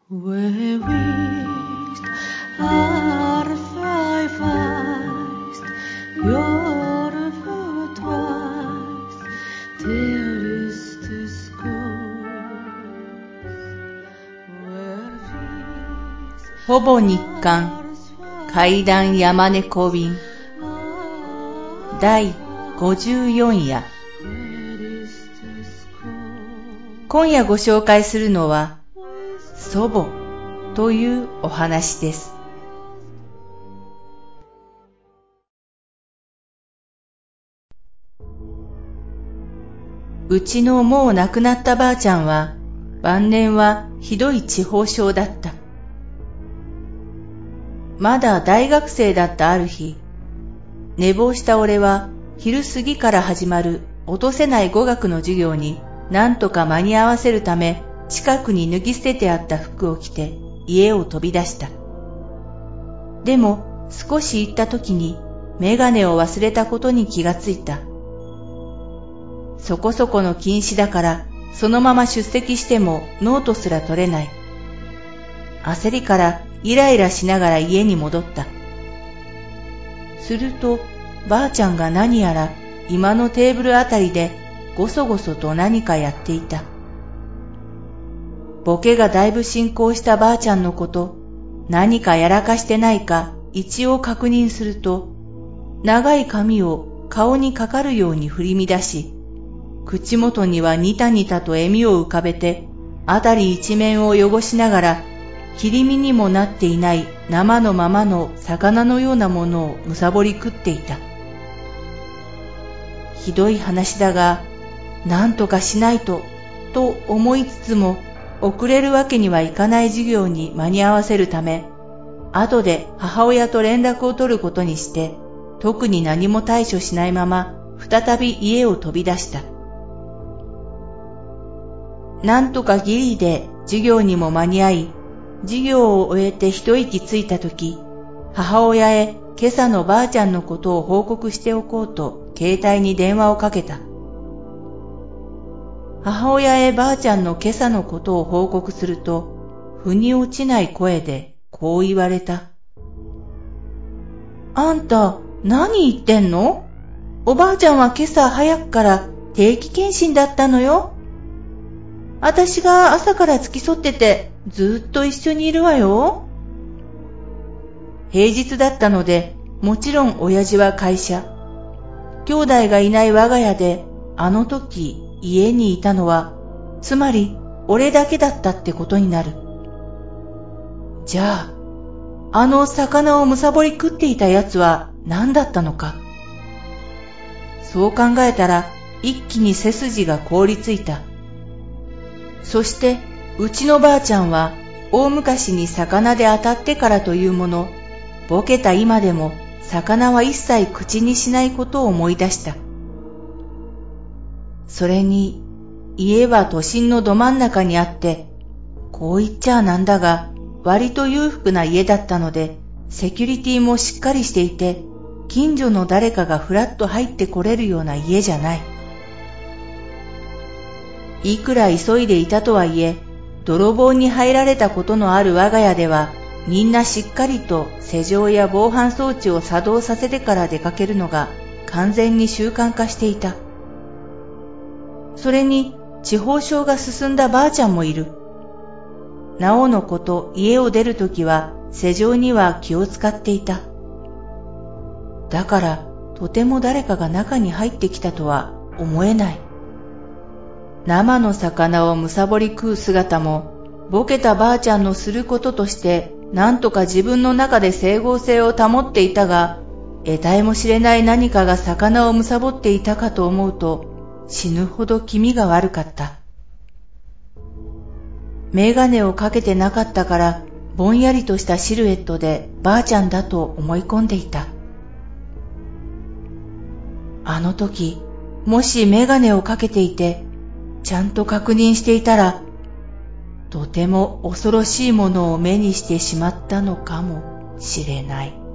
Where ist verwaist, your vertreist, der ist es groß. ほぼ日刊怪談山猫便第54夜。今夜ご紹介するのは祖母というお話です。うちのもう亡くなったばあちゃんは晩年はひどい痴呆症だった。まだ大学生だったある日、寝坊した俺は昼過ぎから始まる落とせない語学の授業に何とか間に合わせるため、近くに脱ぎ捨ててあった服を着て家を飛び出した。でも少し行った時にメガネを忘れたことに気がついた。そこそこの近視だからそのまま出席してもノートすら取れない。焦りからイライラしながら家に戻った。するとばあちゃんが何やら居間のテーブルあたりでごそごそと何かやっていた。ボケがだいぶ進行したばあちゃんのこと、何かやらかしてないか一応確認すると、長い髪を顔にかかるように振り乱し、口元にはニタニタと笑みを浮かべて、あたり一面を汚しながら、切り身にもなっていない生のままの魚のようなものをむさぼり食っていた。ひどい話だが、なんとかしないと、と思いつつも、遅れるわけにはいかない授業に間に合わせるため、後で母親と連絡を取ることにして、特に何も対処しないまま、再び家を飛び出した。なんとかギリで授業にも間に合い、授業を終えて一息ついたとき、母親へ今朝のばあちゃんのことを報告しておこうと携帯に電話をかけた。母親へばあちゃんの今朝のことを報告すると、腑に落ちない声でこう言われた。あんた何言ってんの？おばあちゃんは今朝早くから定期検診だったのよ。私が朝から付き添っててずっと一緒にいるわよ。平日だったので、もちろん親父は会社。兄弟がいない我が家で、あの時家にいたのは、つまり俺だけだったってことになる。じゃあ、あの魚をむさぼり食っていた奴は何だったのか。そう考えたら一気に背筋が凍りついた。そしてうちのばあちゃんは大昔に魚で当たってからというもの、ボケた今でも魚は一切口にしないことを思い出した。それに家は都心のど真ん中にあって、こう言っちゃなんだが割と裕福な家だったので、セキュリティもしっかりしていて、近所の誰かがふらっと入ってこれるような家じゃない。いくら急いでいたとはいえ、泥棒に入られたことのある我が家では、みんなしっかりと施錠や防犯装置を作動させてから出かけるのが完全に習慣化していた。それに痴呆症が進んだばあちゃんもいる。なおのこと家を出るときは施錠には気を使っていた。だからとても誰かが中に入ってきたとは思えない。生の魚をむさぼり食う姿も、ボケたばあちゃんのすることとしてなんとか自分の中で整合性を保っていたが、得体も知れない何かが魚をむさぼっていたかと思うと、死ぬほど気味が悪かった。メガネをかけてなかったから、ぼんやりとしたシルエットでばあちゃんだと思い込んでいた。あの時、もしメガネをかけていて、ちゃんと確認していたら、とても恐ろしいものを目にしてしまったのかもしれない。